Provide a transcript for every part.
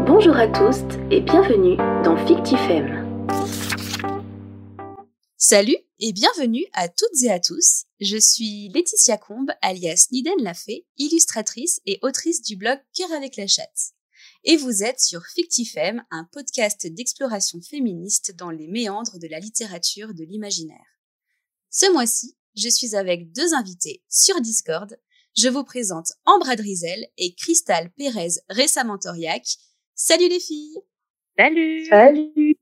Bonjour à tous et bienvenue dans Fictifem. Salut et bienvenue à toutes et à tous. Je suis Laetitia Combe, alias Niden Lafay, illustratrice et autrice du blog Cœur avec la chatte. Et vous êtes sur Fictifem, un podcast d'exploration féministe dans les méandres de la littérature de l'imaginaire. Ce mois-ci, je suis avec deux invités sur Discord. Je vous présente Ambre Adrizel et Cristal Pérez Ressamantoriac. Salut les filles! Salut! Salut!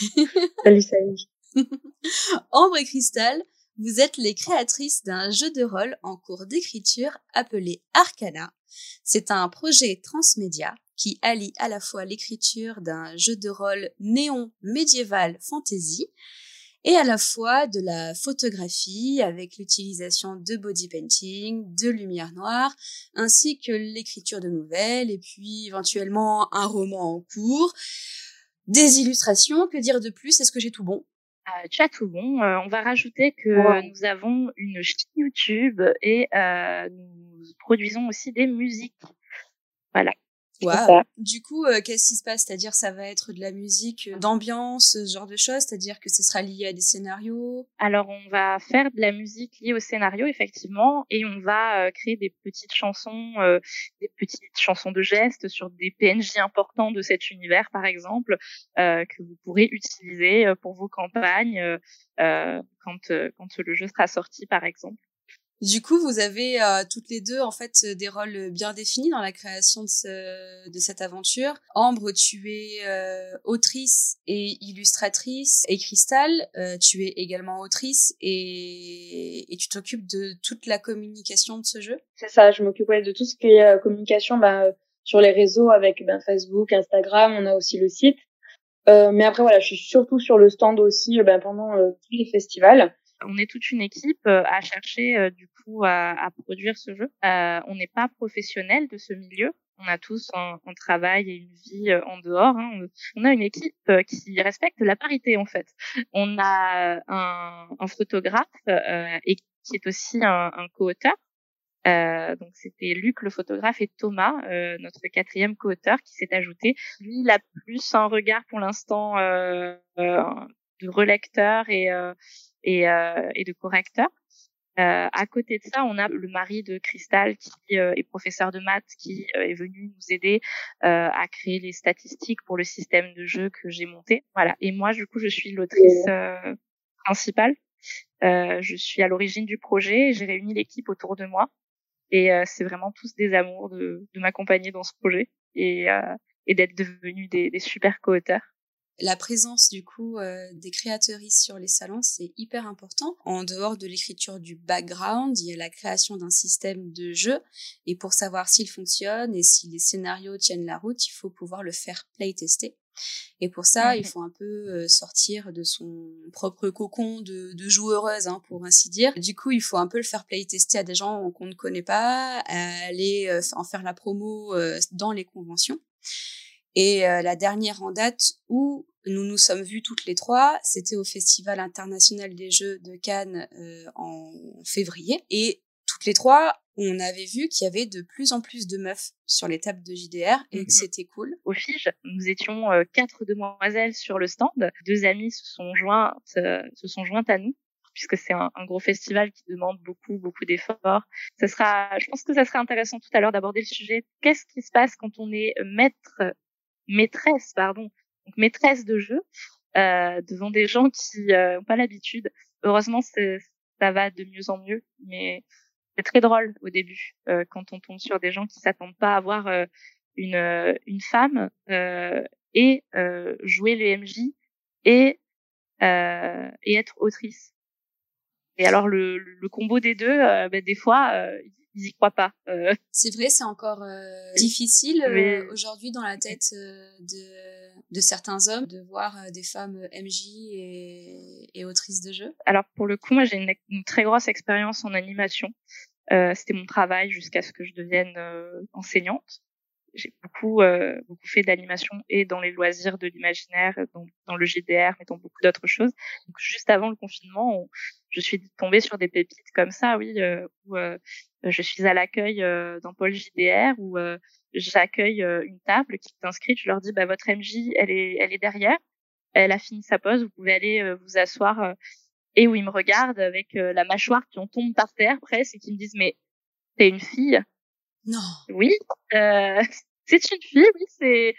Salut! Ambre et Cristal, vous êtes les créatrices d'un jeu de rôle en cours d'écriture appelé Arcana. C'est un projet transmédia qui allie à la fois l'écriture d'un jeu de rôle néon médiéval fantasy et à la fois de la photographie avec l'utilisation de body painting, de lumière noire, ainsi que l'écriture de nouvelles et puis éventuellement un roman en cours, des illustrations, que dire de plus? Est-ce que j'ai tout bon? Tu as tout bon. On va rajouter que nous avons une chaîne YouTube et nous produisons aussi des musiques. Voilà. Wow. Du coup, qu'est-ce qui se passe? C'est-à-dire, ça va être de la musique d'ambiance, ce genre de choses? C'est-à-dire que ce sera lié à des scénarios? Alors, on va faire de la musique liée au scénario, effectivement, et on va créer des petites chansons de gestes sur des PNJ importants de cet univers, par exemple, que vous pourrez utiliser pour vos campagnes quand le jeu sera sorti, par exemple. Du coup, vous avez toutes les deux en fait des rôles bien définis dans la création de cette aventure. Ambre, tu es autrice et illustratrice, et Cristal, tu es également autrice et tu t'occupes de toute la communication de ce jeu. C'est ça, je m'occupe de tout ce qui est communication sur les réseaux avec Facebook, Instagram, on a aussi le site. Mais après voilà, je suis surtout sur le stand aussi pendant tous les festivals. On est toute une équipe à chercher du coup à produire ce jeu. On n'est pas professionnels de ce milieu. On a tous un travail et une vie en dehors. On a une équipe qui respecte la parité en fait. On a un photographe et qui est aussi un co-auteur. Donc c'était Luc le photographe et Thomas, notre quatrième co-auteur qui s'est ajouté. Lui, il a plus un regard pour l'instant de relecteur et de correcteur. À côté de ça, on a le mari de Cristal qui est professeur de maths, qui est venu nous aider à créer les statistiques pour le système de jeu que j'ai monté. Voilà. Et moi, du coup, je suis l'autrice principale. Je suis à l'origine du projet. J'ai réuni l'équipe autour de moi. Et c'est vraiment tous des amours de m'accompagner dans ce projet et d'être devenus des super co-auteurs. La présence du coup des créatrices sur les salons, c'est hyper important. En dehors de l'écriture du background, il y a la création d'un système de jeu et pour savoir s'il fonctionne et si les scénarios tiennent la route, il faut pouvoir le faire playtester. Et pour ça, il faut un peu sortir de son propre cocon de joueureuse, pour ainsi dire. Du coup, il faut un peu le faire playtester à des gens qu'on ne connaît pas, aller en faire la promo dans les conventions. Et la dernière en date où nous nous sommes vues toutes les trois, c'était au Festival international des jeux de Cannes en février. Et toutes les trois, on avait vu qu'il y avait de plus en plus de meufs sur les tables de JDR et que c'était cool. Au Fige, nous étions 4 demoiselles sur le stand. 2 amies se sont jointes à nous, puisque c'est un gros festival qui demande beaucoup d'efforts. Je pense que ça sera intéressant tout à l'heure d'aborder le sujet. Qu'est-ce qui se passe quand on est maîtresse de jeu devant des gens qui n'ont pas l'habitude. Heureusement, ça va de mieux en mieux, mais c'est très drôle au début quand on tombe sur des gens qui s'attendent pas à voir une femme et jouer les MJ et être autrice. Et alors le combo des deux, des fois ils y croient pas. C'est vrai, c'est encore difficile aujourd'hui dans la tête de certains hommes de voir des femmes MJ et autrices de jeux. Alors pour le coup, moi j'ai une très grosse expérience en animation. C'était mon travail jusqu'à ce que je devienne enseignante. J'ai beaucoup fait d'animation et dans les loisirs de l'imaginaire, dans le GDR, mais dans beaucoup d'autres choses. Donc juste avant le confinement, je suis tombée sur des pépites comme ça, oui, où je suis à l'accueil dans Pôle JDR où j'accueille une table qui est inscrite. Je leur dis, bah votre MJ, elle est derrière. Elle a fini sa pause. Vous pouvez aller vous asseoir. Et où ils me regardent avec la mâchoire qui en tombe par terre presque et qui me disent, mais t'es une fille? Non. Oui, c'est une fille, oui, c'est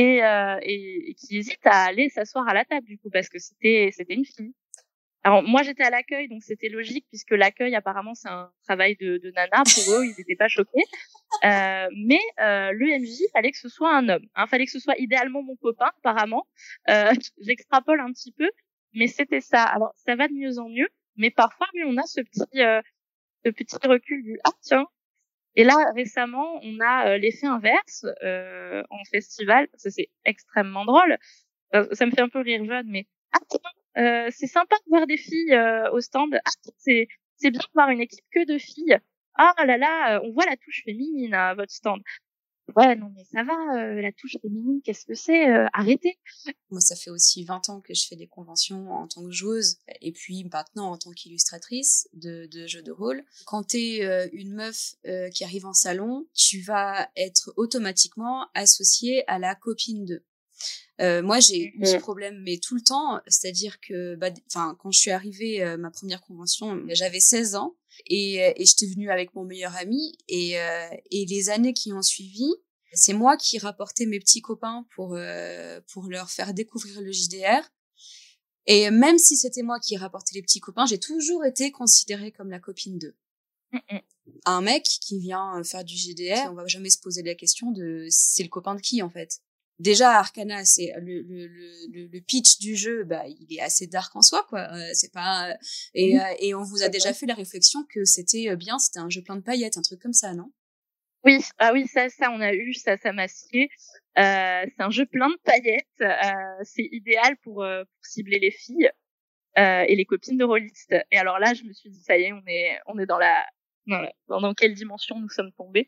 et qui hésite à aller s'asseoir à la table du coup parce que c'était une fille. Alors moi j'étais à l'accueil donc c'était logique puisque l'accueil apparemment c'est un travail de nana pour eux, ils n'étaient pas choqués. Mais le MJ fallait que ce soit un homme, hein, fallait que ce soit idéalement mon copain apparemment. J'extrapole un petit peu, mais c'était ça. Alors ça va de mieux en mieux, mais parfois oui on a ce petit recul du ah tiens. Et là récemment on a l'effet inverse en festival, ça c'est extrêmement drôle. Ça me fait un peu rire jeune, mais ah tiens, c'est sympa de voir des filles au stand. Ah c'est bien de voir une équipe que de filles. Ah là là, on voit la touche féminine à votre stand. Ouais, non mais ça va, la touche féminine, qu'est-ce que c'est? Arrêtez. Moi, ça fait aussi 20 ans que je fais des conventions en tant que joueuse, et puis maintenant en tant qu'illustratrice de jeux de rôle. Quand t'es une meuf qui arrive en salon, tu vas être automatiquement associée à la copine de. Moi, j'ai eu ce problème, mais tout le temps, c'est-à-dire que, quand je suis arrivée, ma première convention, j'avais 16 ans, et j'étais venue avec mon meilleur ami, et les années qui ont suivi, c'est moi qui rapportais mes petits copains pour leur faire découvrir le JDR. Et même si c'était moi qui rapportais les petits copains, j'ai toujours été considérée comme la copine d'eux. Un mec qui vient faire du JDR, on va jamais se poser la question de c'est le copain de qui en fait. Déjà Arcana, c'est le pitch du jeu, il est assez dark en soi quoi. C'est pas et on vous a déjà fait la réflexion que c'était un jeu plein de paillettes, un truc comme ça, non? Oui, ah oui, ça on a eu, ça m'a scié. C'est un jeu plein de paillettes. C'est idéal pour cibler les filles et les copines de rôlistes. Et alors là, je me suis dit ça y est, on est dans quelle dimension nous sommes tombés.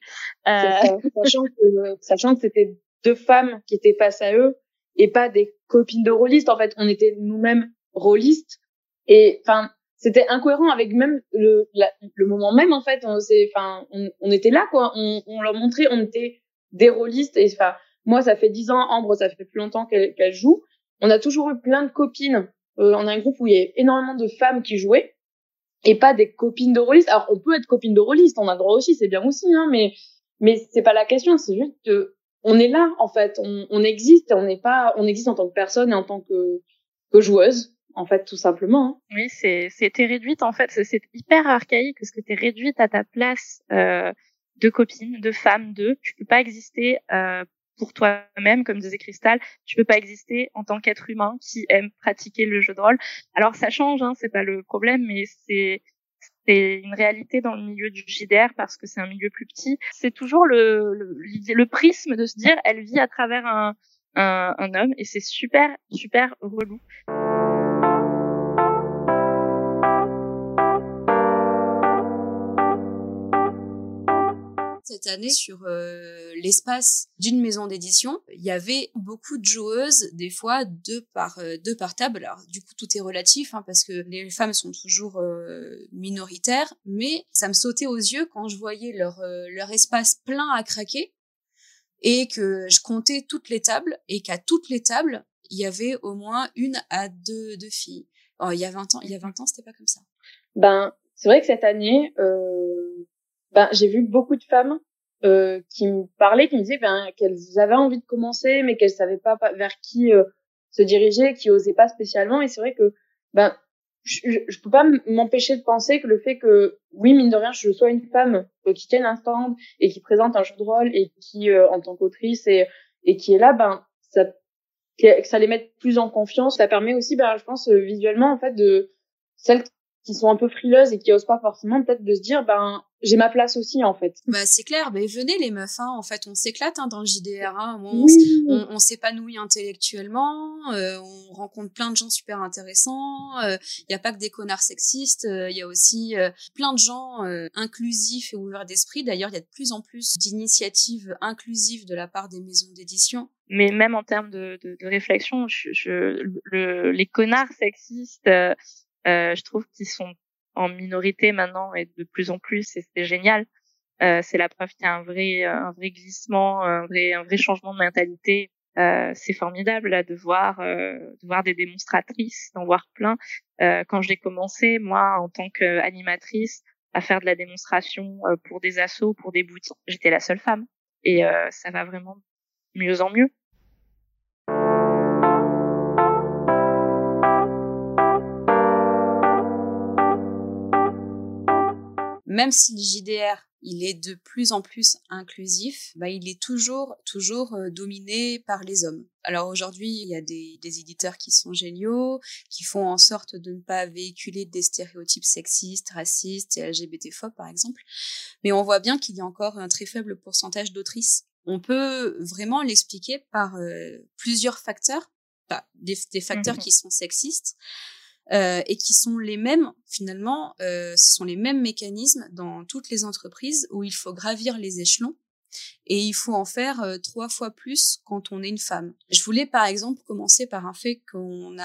Sachant que c'était deux femmes qui étaient face à eux et pas des copines de rôlistes. En fait, on était nous-mêmes rôlistes et enfin c'était incohérent avec même le moment même en fait. On était là quoi. On leur montrait, on était des rôlistes et enfin moi ça fait 10 ans, Ambre ça fait plus longtemps qu'elle joue. On a toujours eu plein de copines. On a un groupe où il y a énormément de femmes qui jouaient et pas des copines de rôlistes. Alors on peut être copine de rôliste, on a le droit aussi, c'est bien aussi hein, mais c'est pas la question, c'est juste que on est là en fait, on existe, on existe en tant que personne et en tant que joueuse en fait tout simplement. Hein. Oui, t'es réduite en fait, c'est hyper archaïque parce que t'es réduite à ta place de copine, de femme, tu peux pas exister pour toi-même comme disait Cristal, tu peux pas exister en tant qu'être humain qui aime pratiquer le jeu de rôle. Alors ça change hein, c'est pas le problème mais c'est une réalité dans le milieu du JDR parce que c'est un milieu plus petit. C'est toujours le prisme de se dire elle vit à travers un homme et c'est super, super relou. Cette année, sur l'espace d'une maison d'édition, il y avait beaucoup de joueuses, des fois deux par table. Alors du coup, tout est relatif, hein, parce que les femmes sont toujours minoritaires, mais ça me sautait aux yeux quand je voyais leur espace plein à craquer et que je comptais toutes les tables et qu'à toutes les tables, il y avait au moins une à deux filles. Alors, il y a 20 ans, c'était pas comme ça. C'est vrai que cette année, j'ai vu beaucoup de femmes qui me parlaient, qui me disaient qu'elles avaient envie de commencer, mais qu'elles savaient pas vers qui se diriger, qui osaient pas spécialement. Et c'est vrai que je peux pas m'empêcher de penser que le fait que oui mine de rien je sois une femme qui tienne un stand et qui présente un jeu de rôle et qui en tant qu'autrice et qui est là, ça les met plus en confiance. Ça permet aussi je pense visuellement en fait de celles qui sont un peu frileuses et qui osent pas forcément peut-être de se dire j'ai ma place aussi en fait. C'est clair, venez les meufs hein, en fait on s'éclate hein, dans le JDR hein, on s'épanouit intellectuellement, on rencontre plein de gens super intéressants, y a pas que des connards sexistes, y a aussi plein de gens inclusifs et ouverts d'esprit. D'ailleurs, il y a de plus en plus d'initiatives inclusives de la part des maisons d'édition. Mais même en termes de réflexion, les connards sexistes je trouve qu'ils sont en minorité maintenant et de plus en plus, et c'est génial. C'est la preuve qu'il y a un vrai glissement, un vrai changement de mentalité. C'est formidable là, de voir des démonstratrices, d'en voir plein. Quand j'ai commencé, moi, en tant qu'animatrice, à faire de la démonstration pour des assos, pour des boutiques, j'étais la seule femme. Et ça va vraiment mieux en mieux. Même si le JDR, il est de plus en plus inclusif, il est toujours dominé par les hommes. Alors aujourd'hui, il y a des éditeurs qui sont géniaux, qui font en sorte de ne pas véhiculer des stéréotypes sexistes, racistes et LGBT-phobes, par exemple. Mais on voit bien qu'il y a encore un très faible pourcentage d'autrices. On peut vraiment l'expliquer par plusieurs facteurs, des facteurs qui sont sexistes, et qui sont les mêmes, finalement, ce sont les mêmes mécanismes dans toutes les entreprises où il faut gravir les échelons et il faut en faire 3 fois plus quand on est une femme. Je voulais par exemple commencer par un fait qu'on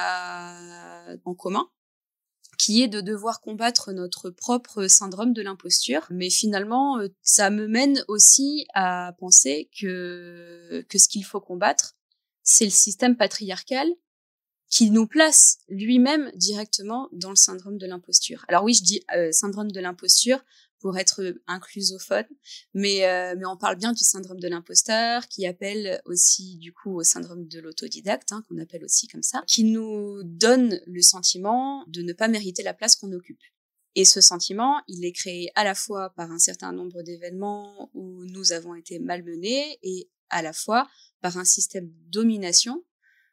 a en commun, qui est de devoir combattre notre propre syndrome de l'imposture. Mais finalement, ça me mène aussi à penser que ce qu'il faut combattre, c'est le système patriarcal qui nous place lui-même directement dans le syndrome de l'imposture. Alors oui, je dis syndrome de l'imposture pour être inclusophone, mais on parle bien du syndrome de l'imposteur, qui appelle aussi du coup au syndrome de l'autodidacte, qu'on appelle aussi comme ça, qui nous donne le sentiment de ne pas mériter la place qu'on occupe. Et ce sentiment, il est créé à la fois par un certain nombre d'événements où nous avons été malmenés et à la fois par un système de domination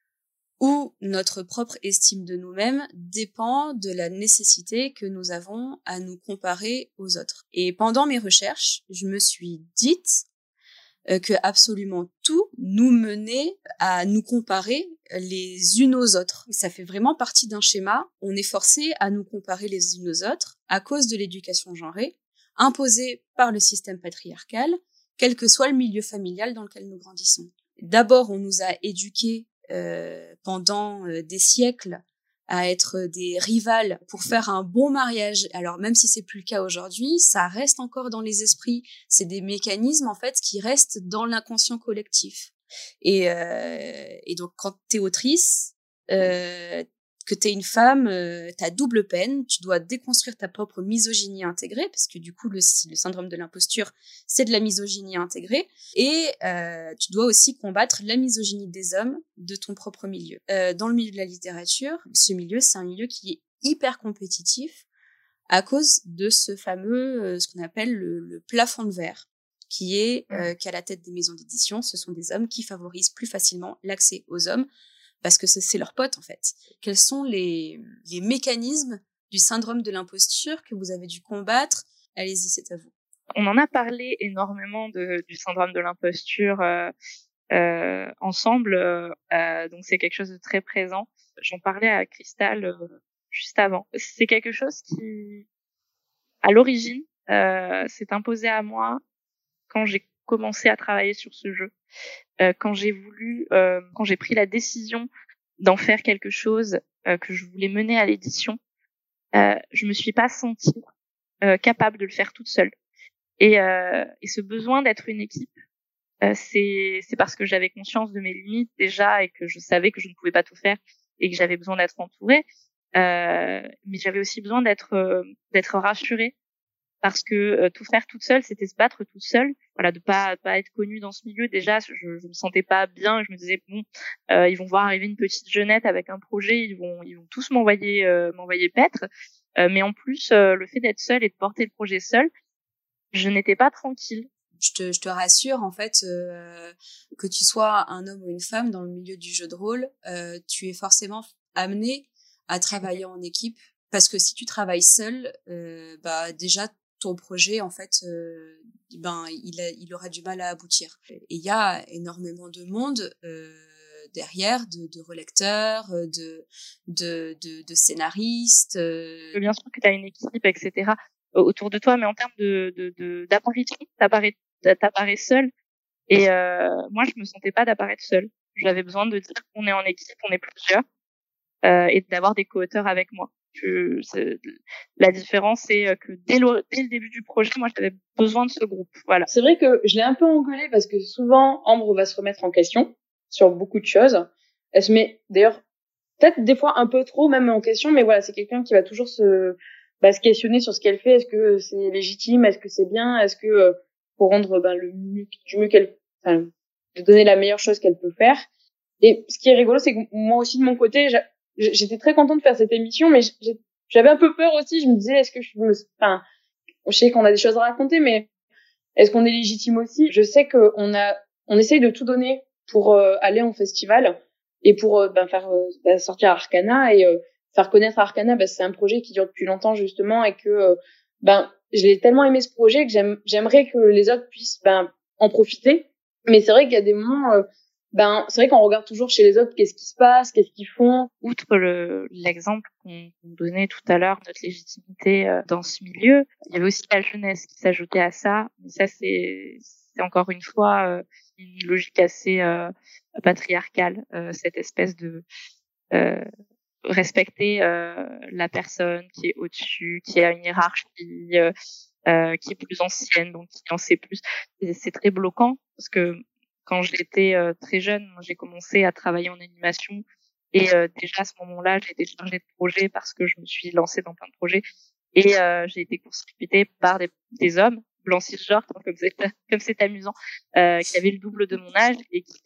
où notre propre estime de nous-mêmes dépend de la nécessité que nous avons à nous comparer aux autres. Et pendant mes recherches, je me suis dite que absolument tout nous menait à nous comparer les unes aux autres. Ça fait vraiment partie d'un schéma. On est forcé à nous comparer les unes aux autres à cause de l'éducation genrée, imposée par le système patriarcal, quel que soit le milieu familial dans lequel nous grandissons. D'abord, on nous a éduqués pendant des siècles à être des rivales pour faire un bon mariage. Alors même si c'est plus le cas aujourd'hui, ça reste encore dans les esprits. C'est des mécanismes en fait qui restent dans l'inconscient collectif. Et donc quand t'es autrice, que t'es une femme, t'as double peine. Tu dois déconstruire ta propre misogynie intégrée, parce que du coup le syndrome de l'imposture, c'est de la misogynie intégrée. Et tu dois aussi combattre la misogynie des hommes de ton propre milieu. Dans le milieu de la littérature, ce milieu, c'est un milieu qui est hyper compétitif à cause de ce fameux, ce qu'on appelle le plafond de verre, qui est qu'à la tête des maisons d'édition, ce sont des hommes qui favorisent plus facilement l'accès aux hommes, parce que c'est leur pote en fait. Quels sont les mécanismes du syndrome de l'imposture que vous avez dû combattre? Allez-y, c'est à vous. On en a parlé énormément du syndrome de l'imposture ensemble, donc c'est quelque chose de très présent. J'en parlais à Cristal juste avant. C'est quelque chose qui, à l'origine, s'est imposé à moi quand j'ai commencé à travailler sur ce jeu. Quand j'ai pris la décision d'en faire quelque chose que je voulais mener à l'édition, je me suis pas sentie capable de le faire toute seule. Et ce besoin d'être une équipe, c'est parce que j'avais conscience de mes limites déjà et que je savais que je ne pouvais pas tout faire et que j'avais besoin d'être entourée. Mais j'avais aussi besoin d'être rassurée, parce que tout faire toute seule, c'était se battre toute seule. Voilà, de pas être connue dans ce milieu. Déjà, je me sentais pas bien. Je me disais bon, ils vont voir arriver une petite jeunette avec un projet, ils vont tous m'envoyer paître. Mais en plus, le fait d'être seule et de porter le projet seule, je n'étais pas tranquille. Je te rassure, en fait, que tu sois un homme ou une femme dans le milieu du jeu de rôle, tu es forcément amené à travailler en équipe, parce que si tu travailles seul, déjà ton projet, en fait, il aura du mal à aboutir. Et il y a énormément de monde derrière, de relecteurs, de scénaristes. Bien sûr que tu as une équipe, etc. autour de toi, mais en termes d'apparition, t'apparais seule. Et moi, je me sentais pas d'apparaître seule. J'avais besoin de dire qu'on est en équipe, on est plusieurs, et d'avoir des co-auteurs avec moi. La différence, c'est que dès le début du projet, moi, j'avais besoin de ce groupe. Voilà. C'est vrai que je l'ai un peu engueulée parce que souvent, Ambre va se remettre en question sur beaucoup de choses. Elle se met, d'ailleurs, peut-être des fois un peu trop même en question, mais voilà, c'est quelqu'un qui va toujours se questionner sur ce qu'elle fait. Est-ce que c'est légitime? Est-ce que c'est bien? Est-ce que pour rendre du mieux qu'elle, enfin, de donner la meilleure chose qu'elle peut faire. Et ce qui est rigolo, c'est que moi aussi de mon côté, j'étais très contente de faire cette émission, mais j'avais un peu peur aussi. Je me disais, est-ce que enfin, je sais qu'on a des choses à raconter, mais est-ce qu'on est légitime aussi? Je sais on essaye de tout donner pour aller en festival et pour faire sortir Arcana et faire connaître Arcana. C'est un projet qui dure depuis longtemps justement et que je l'ai tellement aimé ce projet que j'aimerais que les autres puissent en profiter. Mais c'est vrai qu'il y a des moments c'est vrai qu'on regarde toujours chez les autres qu'est-ce qui se passe, qu'est-ce qu'ils font. Outre l'exemple qu'on donnait tout à l'heure, notre légitimité dans ce milieu, il y avait aussi la jeunesse qui s'ajoutait à ça. Mais ça, c'est encore une fois une logique assez patriarcale, cette espèce de respecter la personne qui est au-dessus, qui a une hiérarchie, qui est plus ancienne, donc qui en sait plus. Et c'est très bloquant parce que quand j'étais très jeune, j'ai commencé à travailler en animation et déjà à ce moment-là, j'ai été chargée de projet parce que je me suis lancée dans plein de projets et j'ai été court-circuitée par des hommes blancs cisgenres, comme c'est amusant, qui avaient le double de mon âge et qui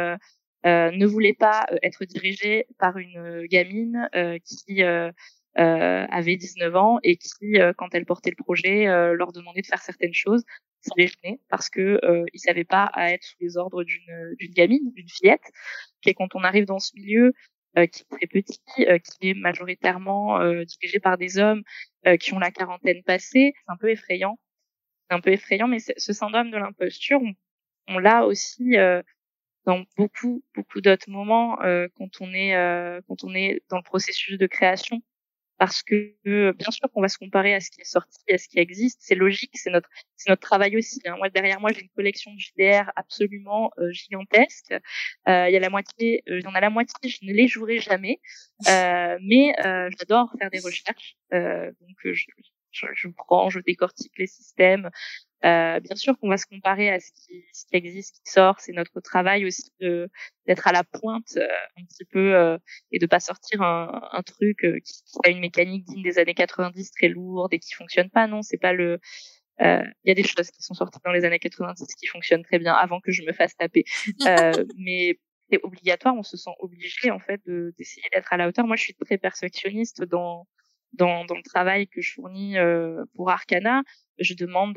ne voulaient pas être dirigés par une gamine qui avait 19 ans et qui, quand elle portait le projet, leur demandait de faire certaines choses. Ça les gênait parce que ils savaient pas à être sous les ordres d'une gamine, d'une fillette. Et quand on arrive dans ce milieu qui est très petit, qui est majoritairement dirigé par des hommes qui ont la quarantaine passée, c'est un peu effrayant. C'est un peu effrayant, mais ce syndrome de l'imposture, on l'a aussi dans beaucoup d'autres moments quand on est dans le processus de création. Parce que bien sûr qu'on va se comparer à ce qui est sorti, à ce qui existe, c'est logique, c'est notre travail aussi. Hein. Moi derrière moi j'ai une collection de JDR absolument gigantesque. Il y a la moitié, il y en a la moitié, je ne les jouerai jamais, mais j'adore faire des recherches. Donc je prends, je décortique les systèmes. Bien sûr qu'on va se comparer à ce qui existe, qui sort. C'est notre travail aussi d'être à la pointe un petit peu et de pas sortir un truc qui a une mécanique digne des années 90 très lourde et qui fonctionne pas. Non, c'est pas le. Il y a des choses qui sont sorties dans les années 90 qui fonctionnent très bien avant que je me fasse taper. Mais c'est obligatoire. On se sent obligé en fait d'essayer d'être à la hauteur. Moi, je suis très perfectionniste dans le travail que je fournis pour Arcana. Je demande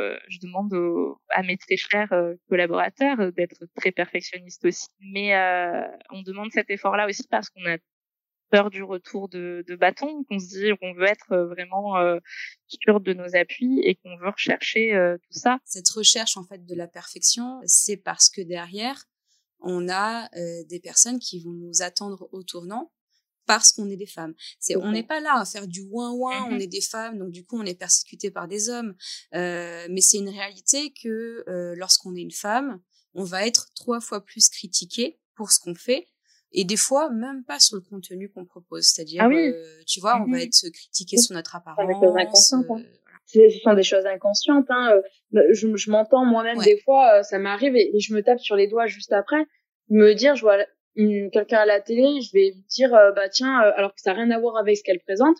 à mes très chers collaborateurs d'être très perfectionnistes aussi. Mais on demande cet effort-là aussi parce qu'on a peur du retour de bâton, qu'on se dit qu'on veut être vraiment sûr de nos appuis et qu'on veut rechercher tout ça. Cette recherche en fait de la perfection, c'est parce que derrière, on a des personnes qui vont nous attendre au tournant parce qu'on est des femmes. On n'est pas là à faire du ouin-ouin, on est des femmes, donc du coup on est persécuté par des hommes. Mais c'est une réalité que lorsqu'on est une femme, on va être 3 fois plus critiqué pour ce qu'on fait, et des fois même pas sur le contenu qu'on propose. C'est-à-dire, tu vois, on va être critiqué sur notre apparence. Ce sont des choses inconscientes. Je m'entends moi-même des fois, ça m'arrive et je me tape sur les doigts juste après, me dire, je vois quelqu'un à la télé, je vais dire tiens, alors que ça n'a rien à voir avec ce qu'elle présente.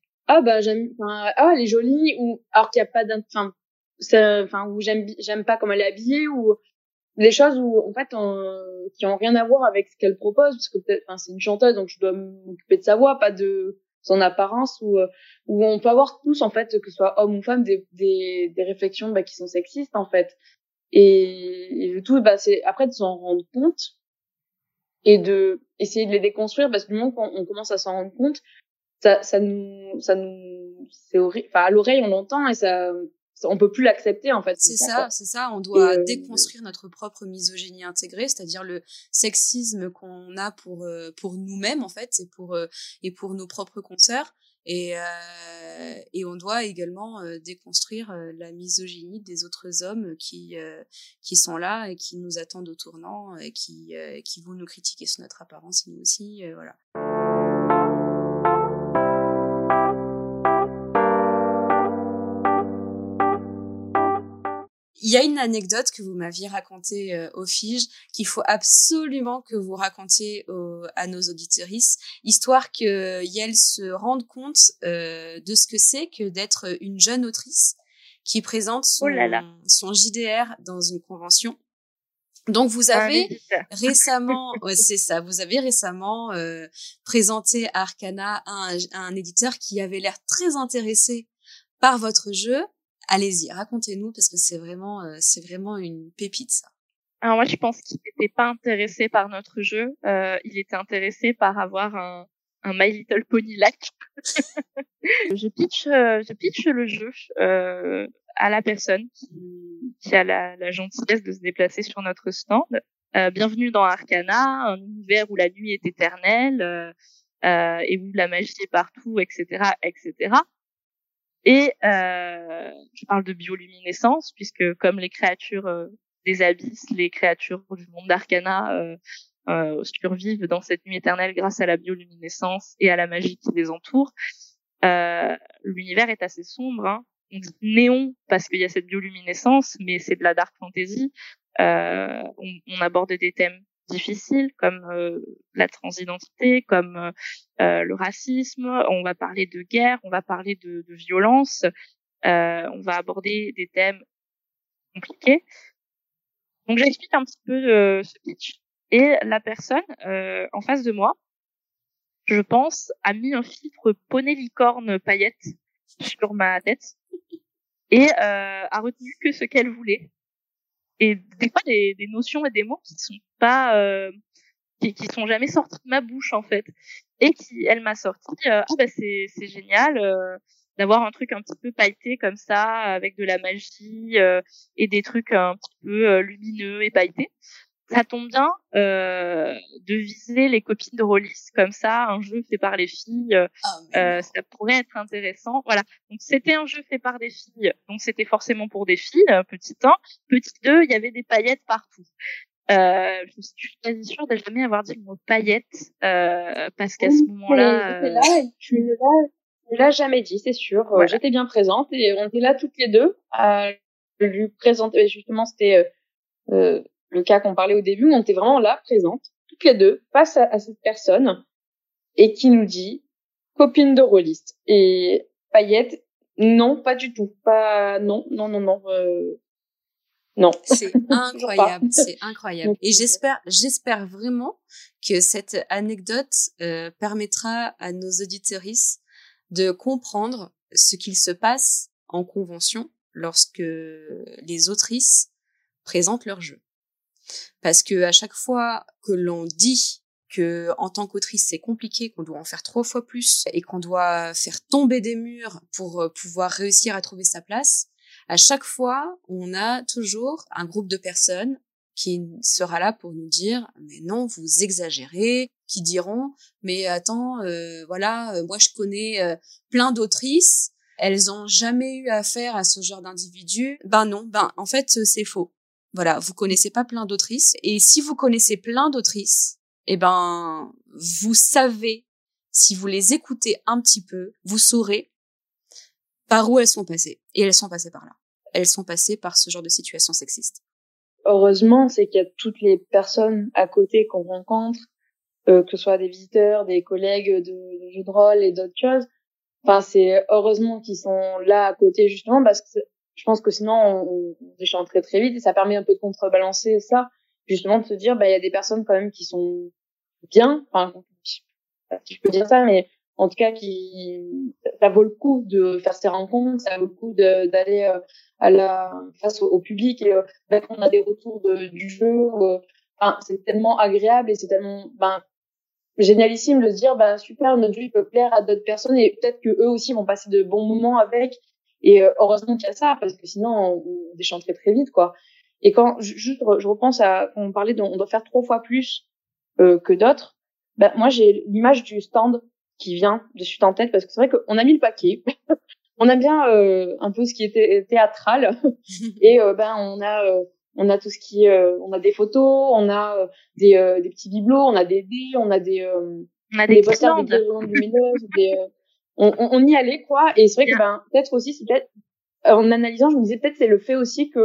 Elle est jolie, ou alors qu'il y a pas ou j'aime pas comment elle est habillée, ou des choses où en fait qui ont rien à voir avec ce qu'elle propose, parce que peut-être c'est une chanteuse, donc je dois m'occuper de sa voix, pas de son apparence, ou on peut avoir tous en fait, que ce soit homme ou femme, des réflexions qui sont sexistes en fait, et le tout c'est après de s'en rendre compte et de essayer de les déconstruire, parce que du moment qu'on commence à s'en rendre compte, ça nous c'est horrible, à l'oreille on l'entend et ça on peut plus l'accepter en fait. C'est ça, on doit déconstruire notre propre misogynie intégrée, c'est-à-dire le sexisme qu'on a pour nous-mêmes en fait, et pour nos propres consoeurs, et on doit également déconstruire la misogynie des autres hommes qui sont là et qui nous attendent au tournant, et qui vont nous critiquer sur notre apparence, et nous aussi, voilà. il y a une anecdote que vous m'aviez racontée au FIGE qu'il faut absolument que vous racontiez à nos auditrices, histoire qu'elles se rendent compte de ce que c'est que d'être une jeune autrice qui présente son JDR dans une convention. Donc vous avez récemment, c'est ça, vous avez récemment présenté à Arcana un éditeur qui avait l'air très intéressé par votre jeu. Allez-y, racontez-nous parce que c'est vraiment une pépite ça. Alors moi je pense qu'il n'était pas intéressé par notre jeu, il était intéressé par avoir un My Little Pony like. je pitch le jeu à la personne qui a la gentillesse de se déplacer sur notre stand. Bienvenue dans Arcana, un univers où la nuit est éternelle et où la magie est partout, etc., etc. Et je parle de bioluminescence puisque comme les créatures des abysses, les créatures du monde d'Arcana survivent dans cette nuit éternelle grâce à la bioluminescence et à la magie qui les entoure. L'univers est assez sombre, hein. On dit néon parce qu'il y a cette bioluminescence, mais c'est de la dark fantasy. On aborde des thèmes difficiles comme la transidentité, comme le racisme. On va parler de guerre, on va parler de violence. On va aborder des thèmes compliqués. Donc j'explique un petit peu ce pitch. Et la personne en face de moi, je pense, a mis un filtre poney licorne paillette sur ma tête et a retenu que ce qu'elle voulait. Et des fois des notions et des mots qui sont pas qui sont jamais sortis de ma bouche en fait, et elle m'a sorti c'est génial d'avoir un truc un petit peu pailleté comme ça avec de la magie et des trucs un petit peu lumineux et pailletés. Ça tombe bien de viser les copines de Rollis comme ça, un jeu fait par les filles, ça pourrait être intéressant. Voilà, donc c'était un jeu fait par des filles, donc c'était forcément pour des filles, petit 1. Petit 2, il y avait des paillettes partout. Je suis quasi sûre de jamais avoir dit le mot paillettes, parce qu'à ce moment-là... Tu ne l'as jamais dit, c'est sûr. Voilà. J'étais bien présente et on était là toutes les deux à lui présenter. Justement, c'était... le cas qu'on parlait au début, on était vraiment là, présentes, toutes les deux, face à cette personne, et qui nous dit, copine de rôliste. Et paillettes, non, pas du tout. Pas, non. Non. C'est incroyable, c'est incroyable. Et j'espère vraiment que cette anecdote permettra à nos auditrices de comprendre ce qu'il se passe en convention lorsque les autrices présentent leur jeu. Parce que à chaque fois que l'on dit que en tant qu'autrice c'est compliqué, qu'on doit en faire 3 fois plus et qu'on doit faire tomber des murs pour pouvoir réussir à trouver sa place, à chaque fois on a toujours un groupe de personnes qui sera là pour nous dire mais non vous exagérez, qui diront mais attends moi je connais plein d'autrices, elles ont jamais eu affaire à ce genre d'individu. En fait c'est faux. Voilà, vous connaissez pas plein d'autrices. Et si vous connaissez plein d'autrices, vous savez, si vous les écoutez un petit peu, vous saurez par où elles sont passées. Et elles sont passées par là. Elles sont passées par ce genre de situation sexiste. Heureusement, c'est qu'il y a toutes les personnes à côté qu'on rencontre, que ce soit des visiteurs, des collègues de jeux de rôle et d'autres choses. Enfin, c'est heureusement qu'ils sont là à côté justement parce que je pense que sinon on déchante très très vite et ça permet un peu de contrebalancer ça, justement de se dire il y a des personnes quand même qui sont bien, enfin je peux dire ça, mais en tout cas ça vaut le coup de faire ces rencontres, ça vaut le coup d'aller face au public et on a des retours du jeu, c'est tellement agréable et c'est tellement génialissime de se dire super, notre jeu il peut plaire à d'autres personnes et peut-être que eux aussi vont passer de bons moments avec. Et heureusement qu'il y a ça, parce que sinon on déchante très très vite quoi. Et quand je repense à quand on parlait on doit faire 3 fois plus que d'autres, moi j'ai l'image du stand qui vient de suite en tête parce que c'est vrai qu'on a mis le paquet. On aime bien un peu ce qui était théâtral et on a tout ce qui on a des photos, on a des petits bibelots, on a des dés, on a des posters de guirlandes lumineuses, on y allait quoi, et c'est vrai que peut-être aussi c'est peut-être en analysant je me disais peut-être c'est le fait aussi que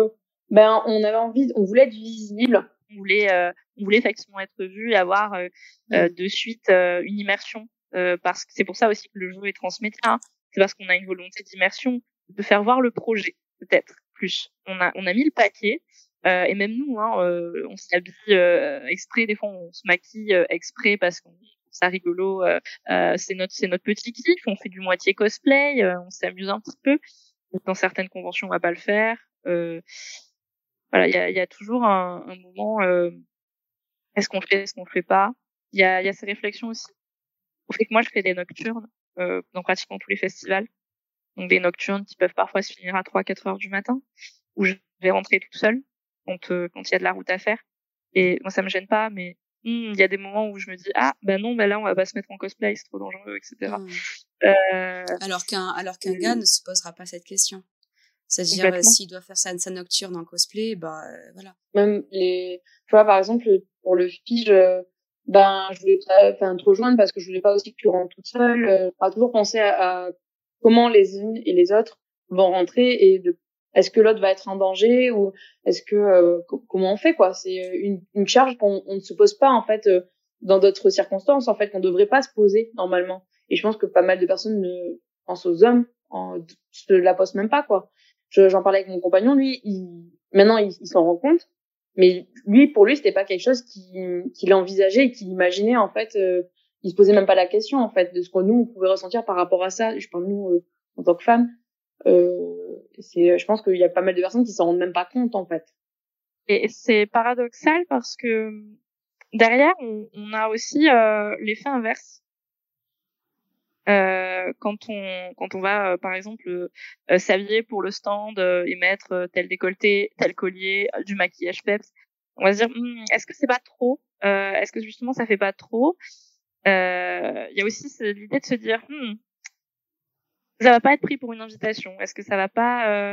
Ben, on voulait être visible. On voulait effectivement être vu et avoir de suite une immersion. Parce que c'est pour ça aussi que le jeu est transmédia. Hein. C'est parce qu'on a une volonté d'immersion, de faire voir le projet, peut-être plus. On a mis le paquet. Et même nous, hein, on s'habille exprès. Des fois, on se maquille exprès parce qu'on trouve ça rigolo. C'est notre petit kiff. On fait du moitié cosplay. On s'amuse un petit peu. Dans certaines conventions, on va pas le faire. Voilà, il y a toujours un moment. Est-ce qu'on le fait, est-ce qu'on le fait pas? Il y a ces réflexions aussi. Au fait que moi, je fais des nocturnes dans pratiquement tous les festivals. Donc des nocturnes qui peuvent parfois se finir à 3-4 heures du matin, où je vais rentrer toute seule quand il y a de la route à faire. Et moi, ça me gêne pas, mais il y a des moments où je me dis non, là, on va pas se mettre en cosplay, c'est trop dangereux, etc. Alors qu'un gars ne se posera pas cette question. C'est-à-dire, s'il doit faire sa nocturne en cosplay, voilà. Même tu vois, par exemple, pour le fige, je voulais pas, te rejoindre parce que je voulais pas aussi que tu rentres toute seule. Pas toujours penser à comment les unes et les autres vont rentrer et est-ce que l'autre va être en danger ou est-ce que, comment on fait, quoi. C'est une charge qu'on ne se pose pas, en fait, dans d'autres circonstances, en fait, qu'on devrait pas se poser, normalement. Et je pense que pas mal de personnes pensent aux hommes, se la posent même pas, quoi. J'en parlais avec mon compagnon, lui, maintenant il s'en rend compte, mais pour lui c'était pas quelque chose qu'il envisageait et qu'il imaginait, en fait. Il se posait même pas la question, en fait, de ce que nous on pouvait ressentir par rapport à ça. Je parle de nous en tant que femmes. Je pense qu'il y a pas mal de personnes qui s'en rendent même pas compte, en fait. Et c'est paradoxal parce que derrière on a aussi l'effet inverse. Quand on va par exemple s'habiller pour le stand et mettre tel décolleté, tel collier, du maquillage peps, on va se dire est-ce que c'est pas trop, est-ce que justement ça fait pas trop. Il y a aussi l'idée de se dire ça va pas être pris pour une invitation, est-ce que ça va pas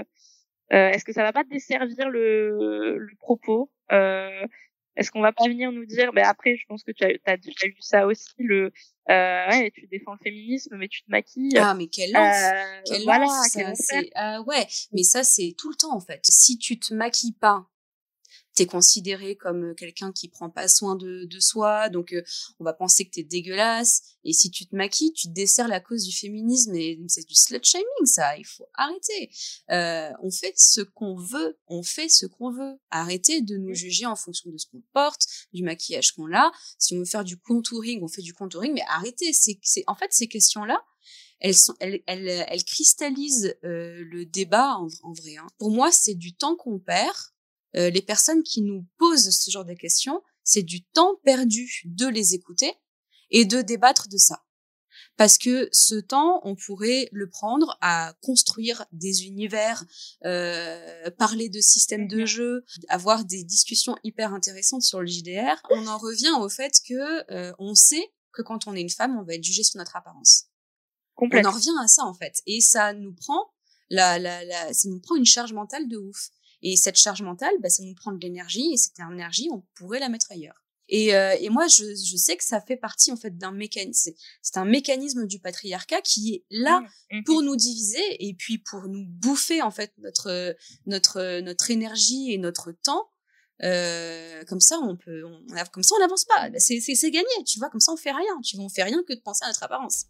desservir le propos, est-ce qu'on va pas venir nous dire, après, je pense que t'as déjà eu ça aussi, ouais, tu défends le féminisme, mais tu te maquilles. Ah, mais quelle lance! Voilà, ouais, mais ça, c'est tout le temps, en fait. Si tu te maquilles pas, t'es considéré comme quelqu'un qui prend pas soin de soi, donc on va penser que t'es dégueulasse. Et si tu te maquilles, tu desserres la cause du féminisme et c'est du slut-shaming, ça. Il faut arrêter. On fait ce qu'on veut. Arrêtez de nous juger en fonction de ce qu'on porte, du maquillage qu'on a. Si on veut faire du contouring, on fait du contouring, mais arrêtez. En fait, ces questions-là, elles cristallisent le débat en vrai. Hein. Pour moi, c'est du temps qu'on perd. Les personnes qui nous posent ce genre de questions, c'est du temps perdu de les écouter et de débattre de ça. Parce que ce temps, on pourrait le prendre à construire des univers, parler de systèmes de jeu, avoir des discussions hyper intéressantes sur le JDR. On en revient au fait que on sait que quand on est une femme, on va être jugé sur notre apparence. On en revient à ça, en fait. Et ça nous prend ça nous prend une charge mentale de ouf. Et cette charge mentale, ça nous prend de l'énergie, et cette énergie, on pourrait la mettre ailleurs. Et moi, je sais que ça fait partie, en fait, d'un mécanisme. C'est un mécanisme du patriarcat qui est là pour nous diviser et puis pour nous bouffer, en fait, notre énergie et notre temps. Comme ça, comme ça, on n'avance pas. C'est gagné, tu vois. Comme ça, on fait rien. Tu vois, on fait rien que de penser à notre apparence.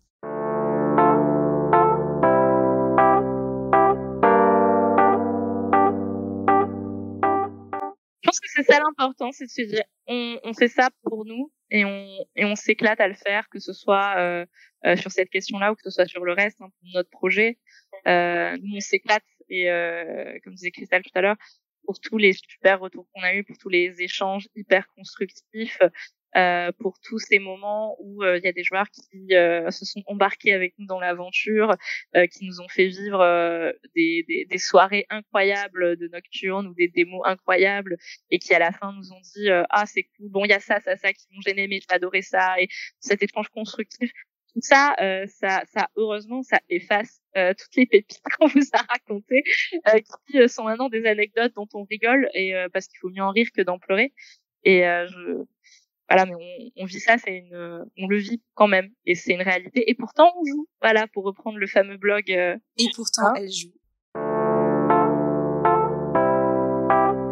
Je pense que c'est ça l'important, c'est de se dire on fait ça pour nous et on s'éclate à le faire, que ce soit sur cette question-là ou que ce soit sur le reste, hein, pour notre projet. Nous on s'éclate et comme disait Christelle tout à l'heure, pour tous les super retours qu'on a eu, pour tous les échanges hyper constructifs, pour tous ces moments où il y a des joueurs qui se sont embarqués avec nous dans l'aventure, qui nous ont fait vivre des soirées incroyables de nocturnes ou des démos incroyables et qui à la fin nous ont dit c'est cool, bon il y a ça qui m'ont gêné mais j'ai adoré ça, et cet échange constructif, tout ça, ça heureusement ça efface toutes les pépites qu'on vous a racontées, qui sont maintenant des anecdotes dont on rigole et parce qu'il faut mieux en rire que d'en pleurer. Et voilà, mais on vit ça, on le vit quand même, et c'est une réalité. Et pourtant, on joue. Voilà, pour reprendre le fameux blog. Et pourtant, elle joue.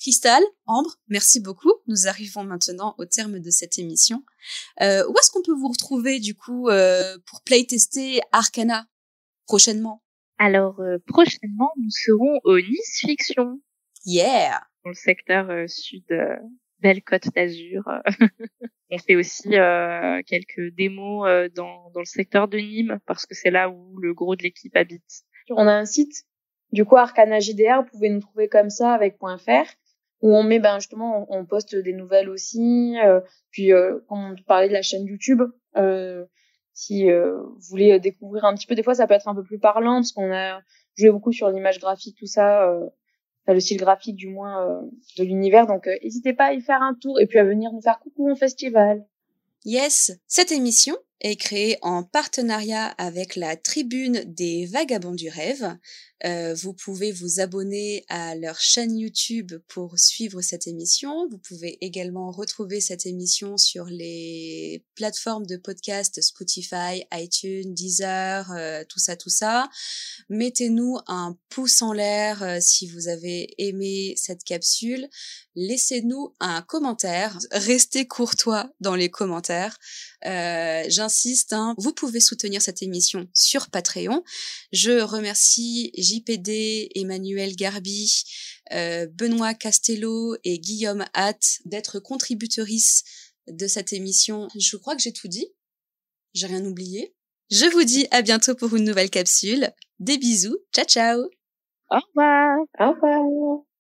Cristal, Ambre, merci beaucoup. Nous arrivons maintenant au terme de cette émission. Où est-ce qu'on peut vous retrouver du coup pour playtester Arcana prochainement? Alors, prochainement, nous serons au Nice Fiction. Yeah! Dans le secteur sud, belle Côte d'Azur. On fait aussi quelques démos dans le secteur de Nîmes parce que c'est là où le gros de l'équipe habite. On a un site, du coup Arcana JDR, vous pouvez nous trouver comme ça avec .fr, où on met justement on poste des nouvelles aussi. Puis quand on parlait de la chaîne YouTube, si vous voulez découvrir un petit peu, des fois ça peut être un peu plus parlant parce qu'on a joué beaucoup sur l'image graphique, tout ça, le style graphique du moins de l'univers. Donc n'hésitez pas à y faire un tour et puis à venir nous faire coucou au festival. Yes, cette émission est créée en partenariat avec la Tribune des Vagabonds du Rêve. Vous pouvez vous abonner à leur chaîne YouTube pour suivre cette émission. Vous pouvez également retrouver cette émission sur les plateformes de podcast Spotify, iTunes, Deezer, tout ça. Mettez-nous un pouce en l'air si vous avez aimé cette capsule. Laissez-nous un commentaire. Restez courtois dans les commentaires. J'insiste, vous pouvez soutenir cette émission sur Patreon. Je remercie JPD, Emmanuel Garbi, Benoît Castello et Guillaume Hatt d'être contributrices de cette émission. Je crois que j'ai tout dit. J'ai rien oublié. Je vous dis à bientôt pour une nouvelle capsule. Des bisous. Ciao, ciao. Au revoir. Au revoir.